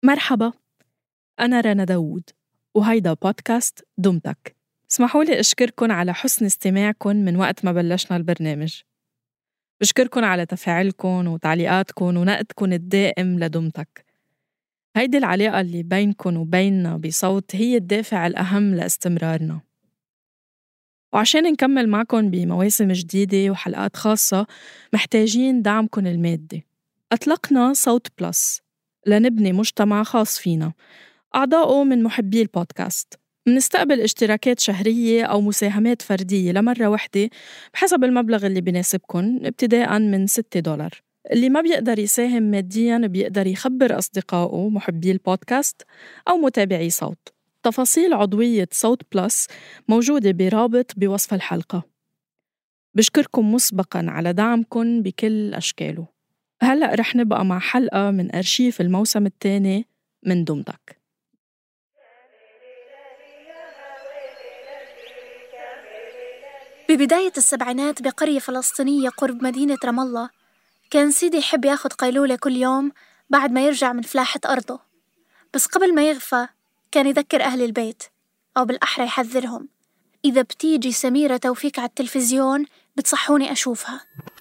مرحبا، أنا رنا داوود وهيدا بودكاست دمتك. اسمحوا لي أشكركن على حسن استماعكن من وقت ما بلشنا البرنامج. بشكركن على تفاعلكن وتعليقاتكن ونقدكن الدائم لدمتك. هيدي العلاقة اللي بينكن وبيننا بصوت هي الدافع الأهم لاستمرارنا. وعشان نكمل معكن بمواسم جديدة وحلقات خاصة محتاجين دعمكن المادي. أطلقنا صوت بلس لنبني مجتمع خاص فينا، أعضاؤه من محبي البودكاست. منستقبل اشتراكات شهرية أو مساهمات فردية لمرة واحدة بحسب المبلغ اللي بيناسبكن، ابتداءً من $6. اللي ما بيقدر يساهم مادياً بيقدر يخبر أصدقائه محبي البودكاست أو متابعي صوت. تفاصيل عضوية صوت بلس موجودة برابط بوصف الحلقة. بشكركم مسبقاً على دعمكم بكل أشكاله. هلأ رح نبقى مع حلقة من أرشيف الموسم الثاني من دمتك. ببداية السبعينات بقرية فلسطينية قرب مدينة رام الله، كان سيدي يحب ياخد قيلولة كل يوم بعد ما يرجع من فلاحة أرضه. بس قبل ما يغفى كان يذكر أهل البيت، أو بالأحرى يحذرهم: إذا بتيجي سميرة توفيق على التلفزيون بتصحوني أشوفها.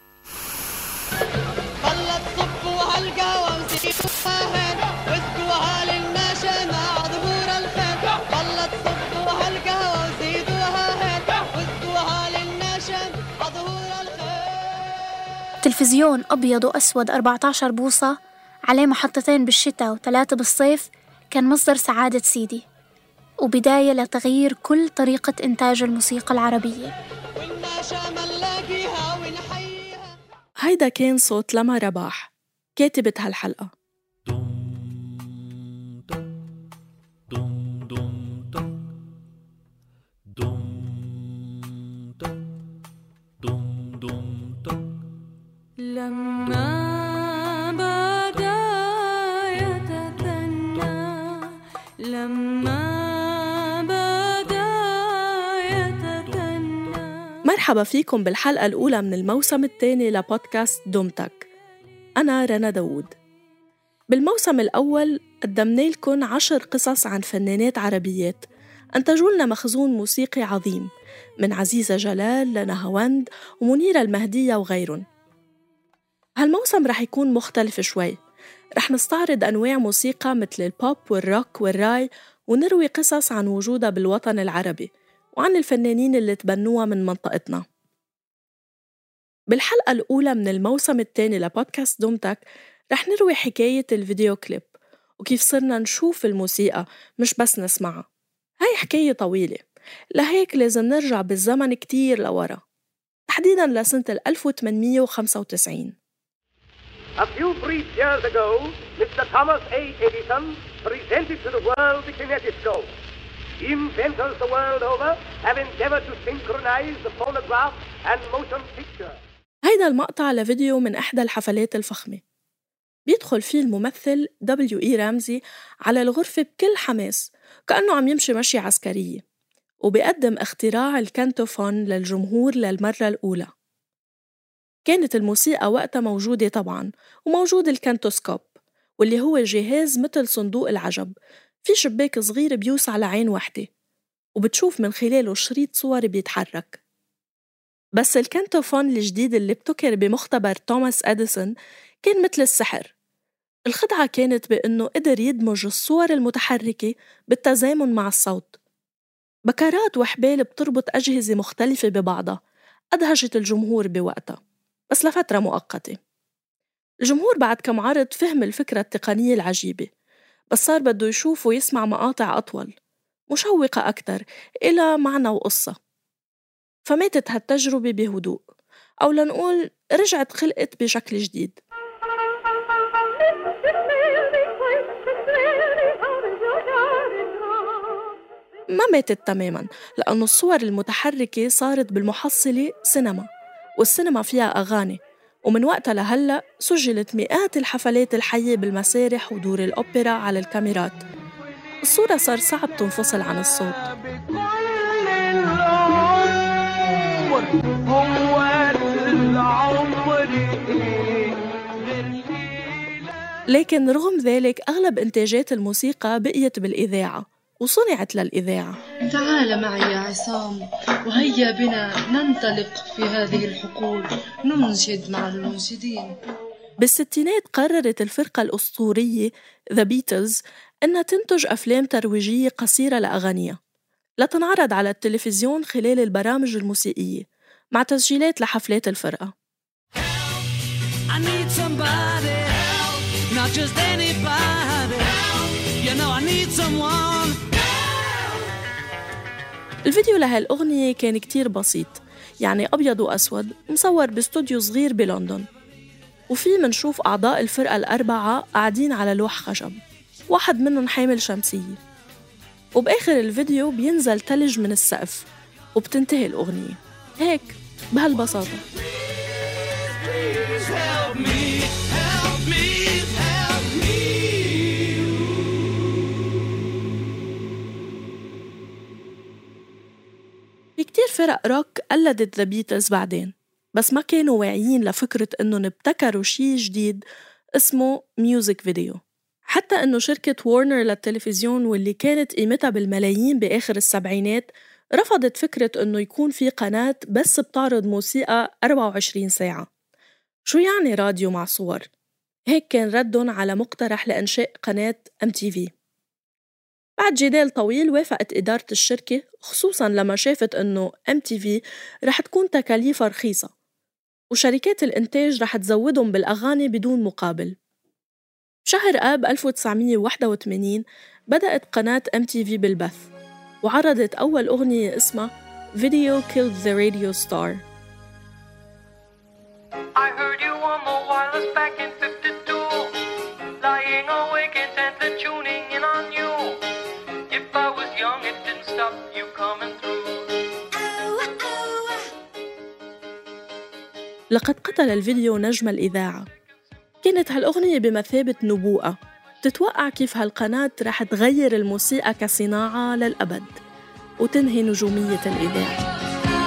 خلت صفوا هالقهوة وزيدوها هين واسقوها للناشا مع ظهور الخير. خلت صفوا هالقهوة وزيدوها هين واسقوها للناشا مع ظهور الخير. تلفزيون أبيض وأسود 14 بوصة عليه محطتين بالشتاء و3 بالصيف كان مصدر سعادة سيدي، وبداية لتغيير كل طريقة إنتاج الموسيقى العربية. والناشا منلاقيها ونحييها. هيدا كان صوت لما رباح، كاتبة هالحلقة. لما بدا يتثنى، لما بدا يتثنى. مرحبا فيكم بالحلقة الأولى من الموسم الثاني لبودكاست دمتك. أنا رنا داوود. بالموسم الأول قدمنا لكم 10 قصص عن فنانات عربيات أنتجوا لنا مخزون موسيقي عظيم، من عزيزة جلال لنهاوند ومنيرة المهدية وغيرهم. هالموسم رح يكون مختلف شوي، رح نستعرض أنواع موسيقى مثل البوب والروك والراي، ونروي قصص عن وجودها بالوطن العربي وعن الفنانين اللي تبنوها من منطقتنا. بالحلقة الأولى من الموسم الثاني لبودكاست دمتك رح نروي حكاية الفيديو كليب وكيف صرنا نشوف الموسيقى مش بس نسمعها. هاي حكاية طويلة، لهيك لازم نرجع بالزمن كتير لورا، تحديداً لسنة 1895. A few brief years ago, Mr. Thomas A. Edison presented to the world the kinetoscope. Inventors the world over have endeavored to synchronize the phonograph and motion picture. هيدا المقطع لفيديو من إحدى الحفلات الفخمة، بيدخل فيه الممثل W.E. رامزي على الغرفة بكل حماس كأنه عم يمشي مشي عسكرية، وبيقدم اختراع الكانتوفون للجمهور للمرة الأولى. كانت الموسيقى وقتها موجودة طبعاً، وموجود الكانتوسكوب واللي هو جهاز مثل صندوق العجب، في شباك صغير بيوسع لعين واحدة وبتشوف من خلاله شريط صور بيتحرك. بس الكانتوفون الجديد اللي ابتكر بمختبر توماس أديسون كان مثل السحر. الخدعة كانت بأنه قدر يدمج الصور المتحركة بالتزامن مع الصوت. بكرات وحبال بتربط أجهزة مختلفة ببعضها أدهشت الجمهور بوقتها، بس لفترة مؤقتة. الجمهور بعد كم عرض فهم الفكرة التقنية العجيبة، بس صار بده يشوف ويسمع مقاطع أطول مشوقة أكتر إلى معنى وقصة. فماتت هالتجربة بهدوء، أو لنقول رجعت خلقت بشكل جديد. ما ماتت تماماً، لأن الصور المتحركة صارت بالمحصلة سينما، والسينما فيها أغاني، ومن وقتها لهلأ سجلت مئات الحفلات الحية بالمسارح ودور الأوبرا على الكاميرات. الصورة صار صعب تنفصل عن الصوت. لكن رغم ذلك أغلب إنتاجات الموسيقى بقيت بالإذاعة وصنعت للإذاعة. تعال معي يا عصام، وهيا بنا ننطلق في هذه الحقول، ننشد مع المنشدين. بالستينات قررت الفرقة الأسطورية The Beatles أنها تنتج أفلام ترويجية قصيرة لأغانيها لتنعرض على التلفزيون خلال البرامج الموسيقية مع تسجيلات لحفلات الفرقة. I need somebody help, not just anybody help. You know I need someone. الفيديو لهالأغنية كان كتير بسيط، يعني أبيض وأسود، مصور باستوديو صغير بلندن، وفيه منشوف أعضاء الفرقة الأربعة قاعدين على لوح خشب، واحد منهم حامل شمسية، وبآخر الفيديو بينزل تلج من السقف وبتنتهي الأغنية هيك بهالبساطة. Please help me, help me, help me. في كتير فرق روك قلدت ذا بيتلز بعدين، بس ما كانوا واعيين لفكرة إنهم ابتكروا شي جديد اسمه ميوزك فيديو. حتى إنه شركة وارنر للتلفزيون واللي كانت قيمتها بالملايين بآخر السبعينات رفضت فكرة إنه يكون في قناة بس بتعرض موسيقى 24 ساعة. شو يعني راديو مع صور؟ هيك كان ردهم على مقترح لإنشاء قناة MTV. بعد جدال طويل وافقت إدارة الشركة، خصوصاً لما شافت إنه MTV رح تكون تكاليفها رخيصة وشركات الإنتاج رح تزودهم بالأغاني بدون مقابل. بشهر آب 1981 بدأت قناة MTV بالبث وعرضت أول أغنية اسمها Video Killed the Radio Star. I heard you on the wireless back in 52, lying awake intently tuning in on you. If I was young, it didn't stop you coming through. لقد قتل الفيديو نجم الإذاعة. كانت هالأغنية بمثابة نبوءة، تتوقع كيف هالقناة رح تغير الموسيقى كصناعة للأبد وتنهي نجومية الإذاعة.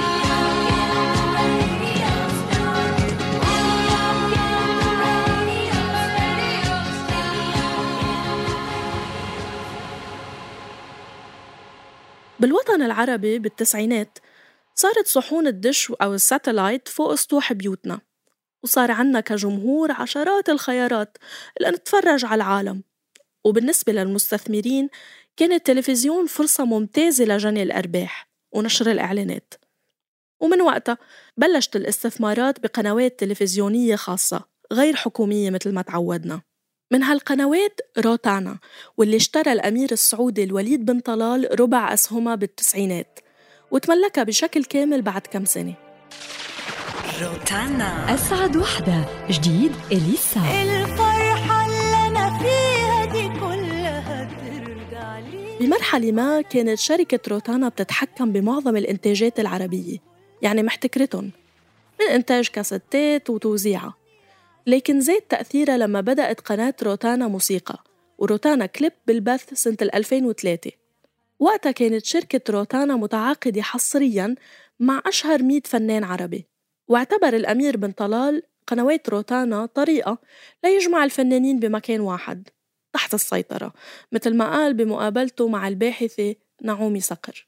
بالوطن العربي بالتسعينات صارت صحون الدش أو الساتلايت فوق سطوح بيوتنا، وصار عنا كجمهور عشرات الخيارات لنتفرج على العالم. وبالنسبة للمستثمرين كان التلفزيون فرصة ممتازة لجني الأرباح ونشر الإعلانات، ومن وقتها بلشت الاستثمارات بقنوات تلفزيونية خاصة غير حكومية مثل ما تعودنا. من هالقنوات روتانا، واللي اشترى الأمير السعودي الوليد بن طلال ربع أسهمها بالتسعينات وتملكها بشكل كامل بعد كم سنة. روتانا أسعد وحدة، جديد إليسا. الفرحة اللي أنا فيها دي كلها ترجع لي. بمرحلة ما كانت شركة روتانا بتتحكم بمعظم الإنتاجات العربية، يعني محتكرتهم من إنتاج كاسيتات وتوزيعها، لكن زاد تأثيرها لما بدأت قناة روتانا موسيقى وروتانا كليب بالبث سنة 2003. وقتها كانت شركة روتانا متعاقدة حصرياً مع أشهر 100 فنان عربي، واعتبر الأمير بن طلال قنوات روتانا طريقة ليجمع الفنانين بمكان واحد تحت السيطرة، مثل ما قال بمقابلته مع الباحثة نعومي صقر.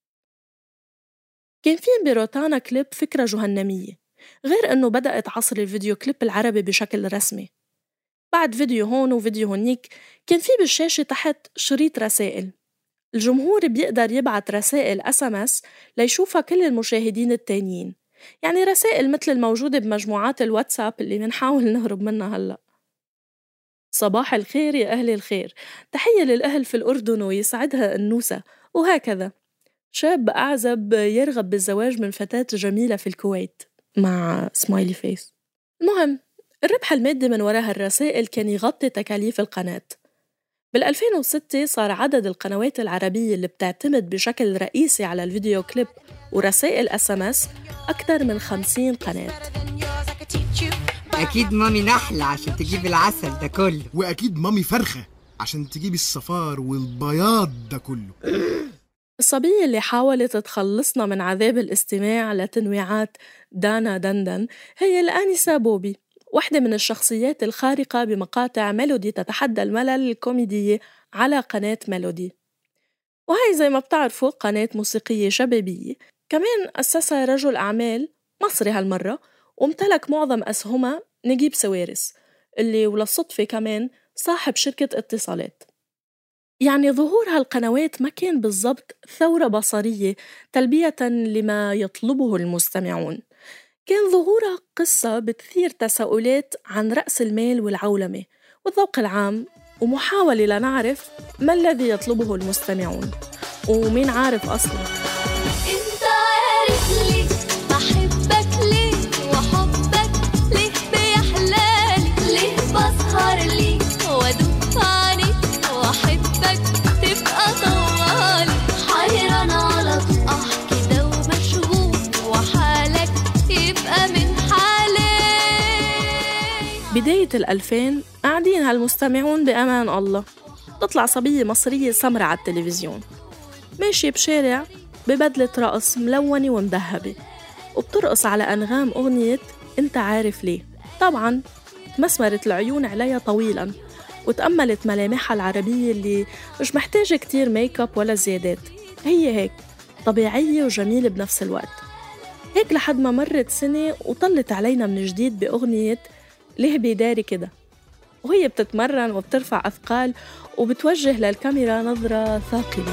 كان في بروتانا كليب فكرة جهنمية، غير أنه بدأت عصر الفيديو كليب العربي بشكل رسمي. بعد فيديو هون وفيديو هونيك كان في بالشاشة تحت شريط رسائل، الجمهور بيقدر يبعت رسائل SMS ليشوفها كل المشاهدين التانيين، يعني رسائل مثل الموجودة بمجموعات الواتساب اللي بنحاول نهرب منها هلأ. صباح الخير يا أهل الخير، تحية للأهل في الأردن ويسعدها النوسة، وهكذا. شاب أعزب يرغب بالزواج من فتاة جميلة في الكويت مع سمايلي فيس. المهم الربح المادي من وراء هالرسائل كان يغطي تكاليف القناة. بال2006 صار عدد القنوات العربية اللي بتعتمد بشكل رئيسي على الفيديو كليب ورسائل SMS أكثر من 50 قناة. أكيد مامي نحلة عشان تجيب العسل ده كله، وأكيد مامي فرخة عشان تجيب الصفار والبياض ده كله. الصبية اللي حاولت تخلصنا من عذاب الاستماع لتنويعات دانا دندن هي الآنسة بوبي، واحدة من الشخصيات الخارقة بمقاطع ميلودي تتحدى الملل الكوميدية على قناة ميلودي. وهي زي ما بتعرفوا قناة موسيقية شبابية كمان أسسها رجل أعمال مصري هالمرة، وامتلك معظم أسهمها نجيب سوارس اللي وللصدفة كمان صاحب شركة اتصالات. يعني ظهور هالقنوات ما كان بالضبط ثورة بصرية تلبية لما يطلبه المستمعون، كان ظهورها قصة بتثير تساؤلات عن رأس المال والعولمة والذوق العام، ومحاولة لنعرف ما الذي يطلبه المستمعون ومين عارف أصلاً. انت عارف ليه بحبك ليه وحبك ليه بيحلالي ليه بسهر ليه وادوب عليك واحبك تبقى طوالي حيران على طقح كده ومشغول وحالك يبقى من حالي. بداية 2000 قاعدين هالمستمعون بأمان الله، تطلع صبية مصرية سمرة على التلفزيون ماشية بشارع ببدلة رقص ملونة ومذهبة وبترقص على أنغام أغنية انت عارف ليه. طبعاً تمسمرت العيون عليها طويلاً وتأملت ملامحها العربية اللي مش محتاجة كتير ميك اب ولا زيادات، هي هيك طبيعية وجميلة بنفس الوقت. هيك لحد ما مرت سنة وطلت علينا من جديد بأغنية ليه بيداري كده، وهي بتتمرن وبترفع أثقال وبتوجه للكاميرا نظرة ثاقبة.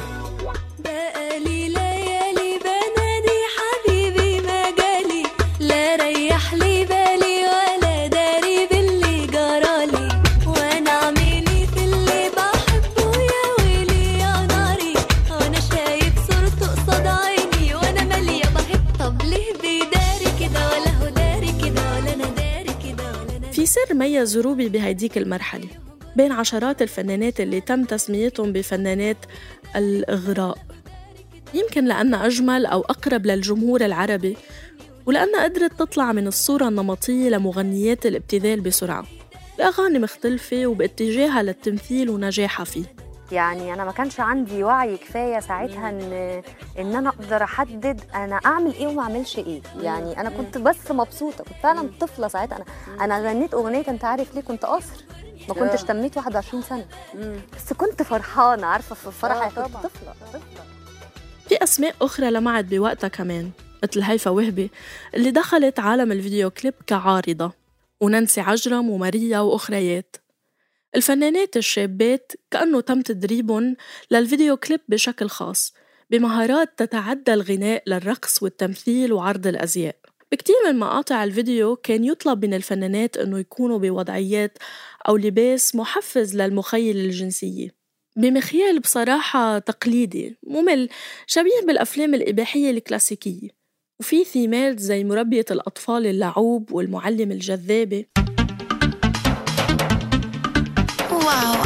بقالي ليالي بنادي حبيبي ما جالي لا ريح لي بالي ولا داري باللي جرالي وانا اعملي في اللي بحبه يا ويلي يا ناري وانا شايف صورته قصاد عيني وانا مالية بحب. طب ليه بيداري كده ولا هو داري كده ولا انا داري كده ولا انا. في سر ميز روبي بهيديك المرحلة بين عشرات الفنانات اللي تم تسميتهم بفنانات الإغراء، يمكن لأنها أجمل أو أقرب للجمهور العربي، ولأنها قدرت تطلع من الصورة النمطية لمغنيات الابتذال بسرعة بأغاني مختلفة وباتجاهها للتمثيل ونجاحها فيه. يعني أنا ما كانش عندي وعي كفاية ساعتها إن أنا أقدر أحدد أنا أعمل إيه وما أعملش إيه. يعني أنا كنت بس مبسوطة، كنت فعلا طفلة ساعتها. أنا غنيت أغنية أنت عارف ليه كنت قاصر، ما كنتش تميت 21 سنة بس كنت فرحانة، عارفة في الفرح كنت طفلة. في أسماء أخرى لمعت بوقتها كمان مثل هيفا وهبي اللي دخلت عالم الفيديو كليب كعارضة، ونانسي عجرم وماريا وأخريات. الفنانات الشابات كأنه تم تدريبهم للفيديو كليب بشكل خاص بمهارات تتعدى الغناء للرقص والتمثيل وعرض الأزياء. بكتير من مقاطع الفيديو كان يطلب من الفنانات أنه يكونوا بوضعيات أو لباس محفز للمخيلة الجنسية بمخيال بصراحة تقليدي ممل شبيه بالأفلام الإباحية الكلاسيكية، وفي ثيمات زي مربية الأطفال اللعوب والمعلم الجذابة. واو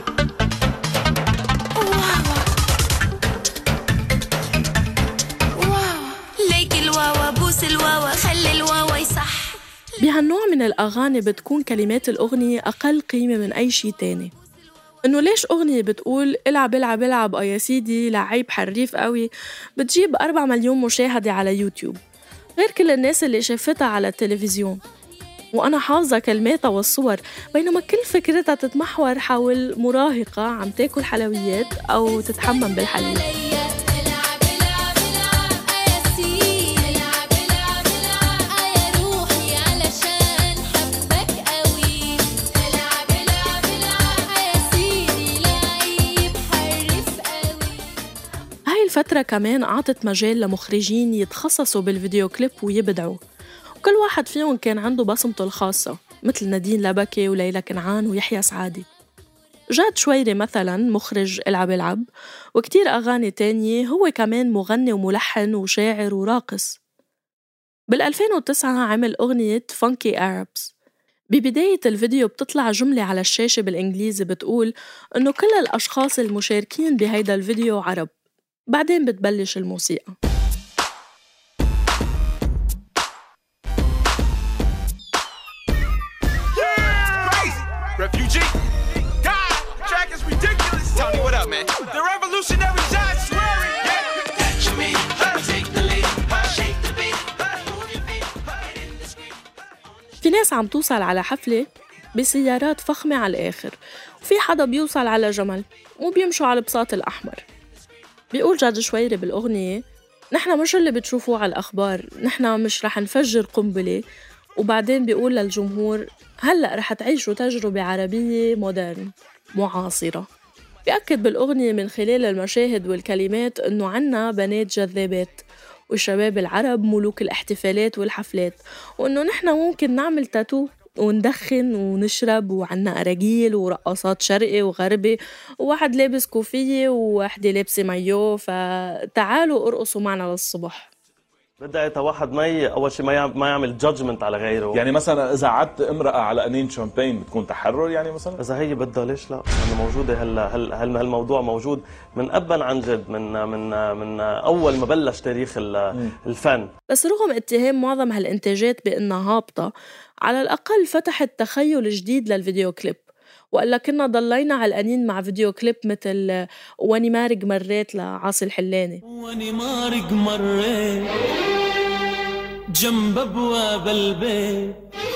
ليك الواوا بوس الواوا خلي الواوا يصح. بهالنوع من الأغاني بتكون كلمات الأغنية أقل قيمة من أي شيء تاني. إنه ليش أغنية بتقول العب العب العب يا سيدي لعيب حريف قوي بتجيب 4 مليون مشاهدة على يوتيوب غير كل الناس اللي شافتها على التلفزيون وأنا حافظة كلماتها والصور، بينما كل فكرتها تتمحور حول مراهقة عم تاكل حلويات أو تتحمم بالحليب. هاي الفترة كمان أعطت مجال لمخرجين يتخصصوا بالفيديو كليب ويبدعوا، وكل واحد فيهم كان عنده بصمته الخاصة مثل نادين لبكي وليلى كنعان ويحيى سعادي. جاد شويري مثلا مخرج العب العب وكتير أغاني تانية، هو كمان مغني وملحن وشاعر وراقص. بال2009 عمل أغنية Funky Arabs. ببداية الفيديو بتطلع جملة على الشاشة بالإنجليزي بتقول إنه كل الأشخاص المشاركين بهيدا الفيديو عرب، بعدين بتبلش الموسيقى. Refugee, God, track is ridiculous. Tony, what up, man? The revolutionaries, I swear it. Yeah. Catch me, take the lead, shake the beat, move your feet, in the street. في ناس عم توصل على حفلة بسيارات فخمة على الآخر، وفي حدا بيوصل على جمل وبيمشوا على البساط الأحمر. بيقول جاد شويري بالأغنية: نحن مش اللي بتشوفوه على الأخبار، نحن مش رح نفجر قنبلة. وبعدين بيقول للجمهور: هلأ رح تعيشوا تجربة عربية مودرن معاصرة. بيأكد بالأغنية من خلال المشاهد والكلمات إنه عنا بنات جذابات، والشباب العرب ملوك الاحتفالات والحفلات، وإنه نحن ممكن نعمل تاتو وندخن ونشرب، وعنا أراجيل ورقصات شرقي وغربي، وواحد لابس كوفية وواحدة لابسة مايو، فتعالوا ارقصوا معنا للصبح. بدأت واحد أول شيء ما يعمل جادجمنت على غيره. يعني مثلا إذا عدت امرأة على قنين شامبين بتكون تحرر يعني مثلا؟ إذا هي بدها ليش لا؟ أنا موجودة هالموضوع موجود من أبا عن جد، من أول ما بلش تاريخ الفن. بس رغم اتهام معظم هالإنتاجات بأنها هابطة، على الأقل فتحت تخيل جديد للفيديو كليب، وقال كنا ضلينا علقانين مع فيديو كليب مثل واني مارق مريت لعاصي الحلاني. واني مارق مريت جنب ابواب البيت.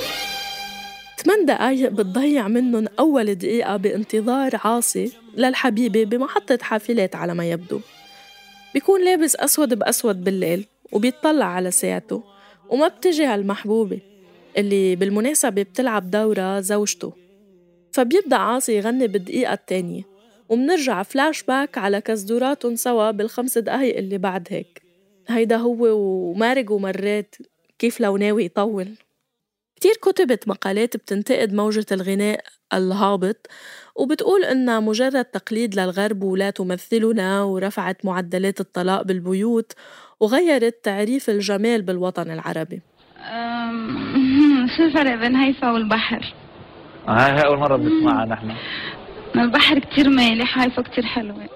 8 دقايق بتضيع منهم أول دقيقة بانتظار عاصي للحبيبة بمحطة حافلات على ما يبدو. بيكون لابس أسود بأسود بالليل وبيطلع على ساعته، وما بتجي هالمحبوبة اللي بالمناسبة بتلعب دورة زوجته. فبيبدأ عاصي يغني بالدقيقة التانية، ومنرجع فلاش باك على كسدوراتهم سوا بال5 دقايق اللي بعد هيك. هيدا هو ومارق ومرات كيف لو ناوي يطول. كتير كتبت مقالات بتنتقد موجة الغناء الهابط، وبتقول إنها مجرد تقليد للغرب ولا تمثلنا، ورفعت معدلات الطلاق بالبيوت، وغيرت تعريف الجمال بالوطن العربي. شو الفرق بين هيفا والبحر؟ هاي أول مرة بنسمعها نحن. البحر كتير مالح، هيفا كتير حلوة.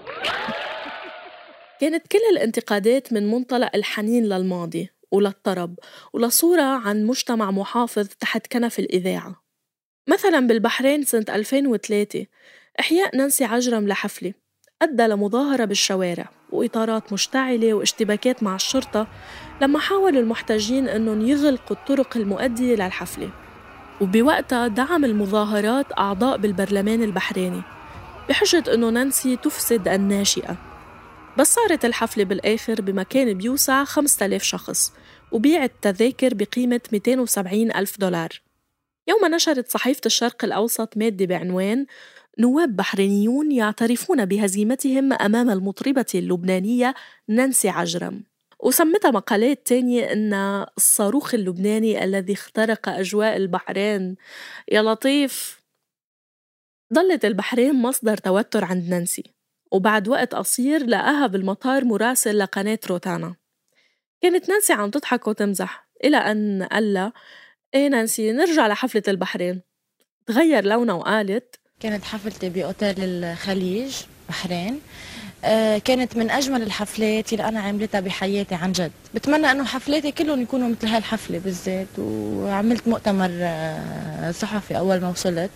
كانت كل الانتقادات من منطلق الحنين للماضي وللطرب ولصورة عن مجتمع محافظ تحت كنف الإذاعة. مثلا بالبحرين سنة 2003 إحياء نانسي عجرم لحفلة أدى لمظاهرة بالشوارع وإطارات مشتعلة واشتباكات مع الشرطة لما حاولوا المحتجين أنهم يغلقوا الطرق المؤدية للحفلة. وبوقتها دعم المظاهرات أعضاء بالبرلمان البحريني بحجة أنه نانسي تفسد الناشئة. بس صارت الحفلة بالآخر بمكان بيوسع 5000 شخص، وبيعت تذاكر بقيمة $270,000. يوم نشرت صحيفة الشرق الأوسط مادة بعنوان نواب بحرينيون يعترفون بهزيمتهم أمام المطربة اللبنانية نانسي عجرم، وسمتها مقالات تانية إن الصاروخ اللبناني الذي اخترق أجواء البحرين. يا لطيف. ضلت البحرين مصدر توتر عند نانسي، وبعد وقت قصير لقاها بالمطار مراسل لقناة روتانا. كانت نانسي عم تضحك وتمزح، إلى أن قال لها: إيه نانسي، نرجع لحفلة البحرين. تغير لونها وقالت: كانت حفلتي بأوتيل الخليج بحرين، كانت من أجمل الحفلات اللي أنا عملتها بحياتي عن جد. بتمنى أنه حفلاتي كلهم يكونوا مثل هالحفلة بالذات. وعملت مؤتمر صحفي أول ما وصلت.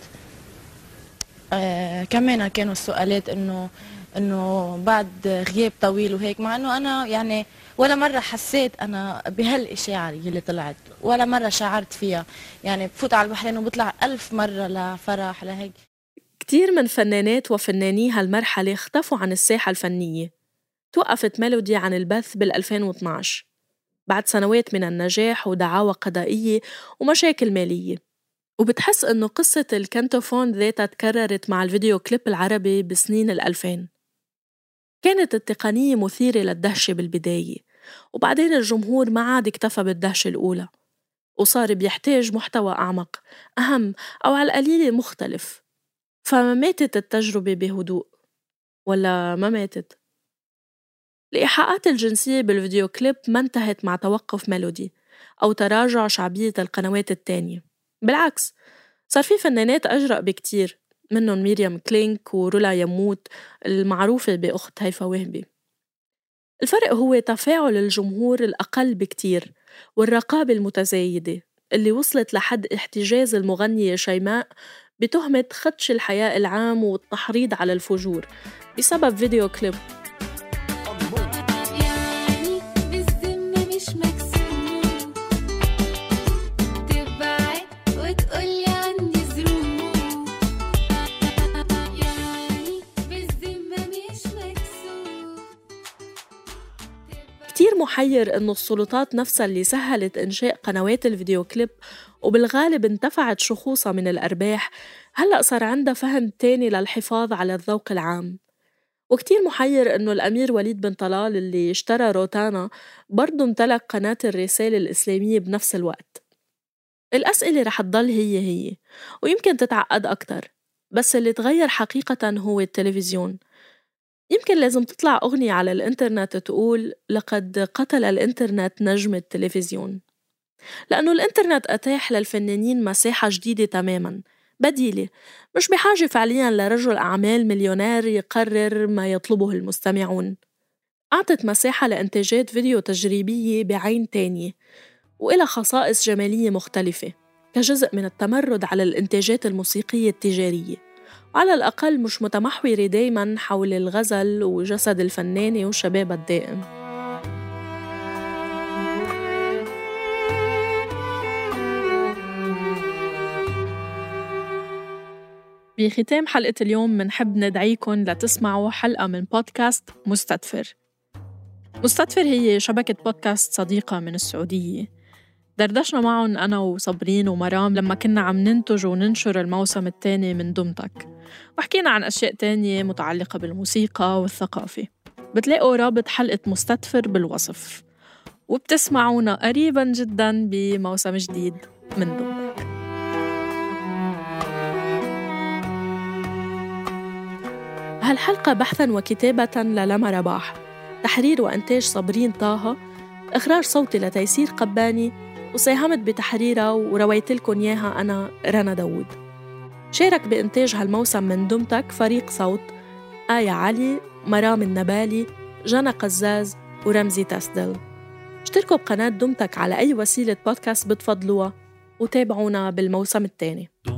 كمان كانوا السؤالات إنه بعد غياب طويل وهيك، مع إنه أنا يعني ولا مرة حسيت أنا بهالإشاعة اللي طلعت، ولا مرة شعرت فيها. يعني بفوت على البحرين وبطلع 1000 مرة لفرح لهيك. كتير من فنانات وفناني هالمرحلة اختفوا عن الساحة الفنية. توقفت ميلودي عن البث بال2012 بعد سنوات من النجاح ودعاوى قضائية ومشاكل مالية. وبتحس إنه قصة الكانتوفون ذاتها تكررت مع الفيديو كليب العربي بسنين 2000. كانت التقنية مثيرة للدهشة بالبداية، وبعدين الجمهور ما عاد اكتفى بالدهشة الأولى، وصار بيحتاج محتوى أعمق، أهم، أو على القليل مختلف. فما ماتت التجربة بهدوء، ولا ما ماتت؟ الإيحاءات الجنسية بالفيديو كليب ما انتهت مع توقف ميلودي أو تراجع شعبية القنوات التانية. بالعكس، صار في فنانات أجرأ بكتير، منهم ميريام كلينك ورولا يموت المعروفة بأخت هيفا وهبي. الفرق هو تفاعل الجمهور الأقل بكتير والرقابة المتزايدة اللي وصلت لحد احتجاز المغنية شيماء بتهمة خدش الحياء العام والتحريض على الفجور بسبب فيديو كليب. يعني بالذمة مش مكسور، تبعد كتير محير إنه السلطات نفسها اللي سهلت إنشاء قنوات الفيديو كليب وبالغالب انتفعت شخوصها من الأرباح هلأ صار عندها فهم تاني للحفاظ على الذوق العام. وكتير محير إنه الأمير وليد بن طلال اللي اشترى روتانا برضو امتلك قناة الرسالة الإسلامية بنفس الوقت. الأسئلة رح تضل هي ويمكن تتعقد أكتر، بس اللي تغير حقيقة هو التلفزيون. يمكن لازم تطلع أغنية على الإنترنت تقول لقد قتل الإنترنت نجم التلفزيون، لأنه الإنترنت أتاح للفنانين مساحة جديدة تماماً بديلة، مش بحاجة فعلياً لرجل أعمال مليونير يقرر ما يطلبه المستمعون. أعطت مساحة لإنتاجات فيديو تجريبية بعين تانية وإلى خصائص جمالية مختلفة كجزء من التمرد على الإنتاجات الموسيقية التجارية، وعلى الأقل مش متمحورة دايماً حول الغزل وجسد الفنانة وشبابها الدائم. بختام حلقة اليوم منحب ندعيكم لتسمعوا حلقة من بودكاست مستدفر. مستدفر هي شبكة بودكاست صديقة من السعودية، دردشنا معهم أنا وصبرين ومرام لما كنا عم ننتج وننشر الموسم الثاني من دمتك، وحكينا عن أشياء تانية متعلقة بالموسيقى والثقافة. بتلاقوا رابط حلقة مستدفر بالوصف، وبتسمعونا قريباً جداً بموسم جديد من دمتك. هالحلقة بحثاً وكتابة للما رباح، تحرير وإنتاج صبرين طه، إخراج صوتي لتيسير قباني، وساهمت بتحريرها ورويت لكم إياها أنا رنا داود. شارك بإنتاج هالموسم من دمتك فريق صوت آية علي، مرام النبالي، جنى قزاز ورمزي تسدل. اشتركوا بقناة دمتك على أي وسيلة بودكاست بتفضلوها وتابعونا بالموسم الثاني.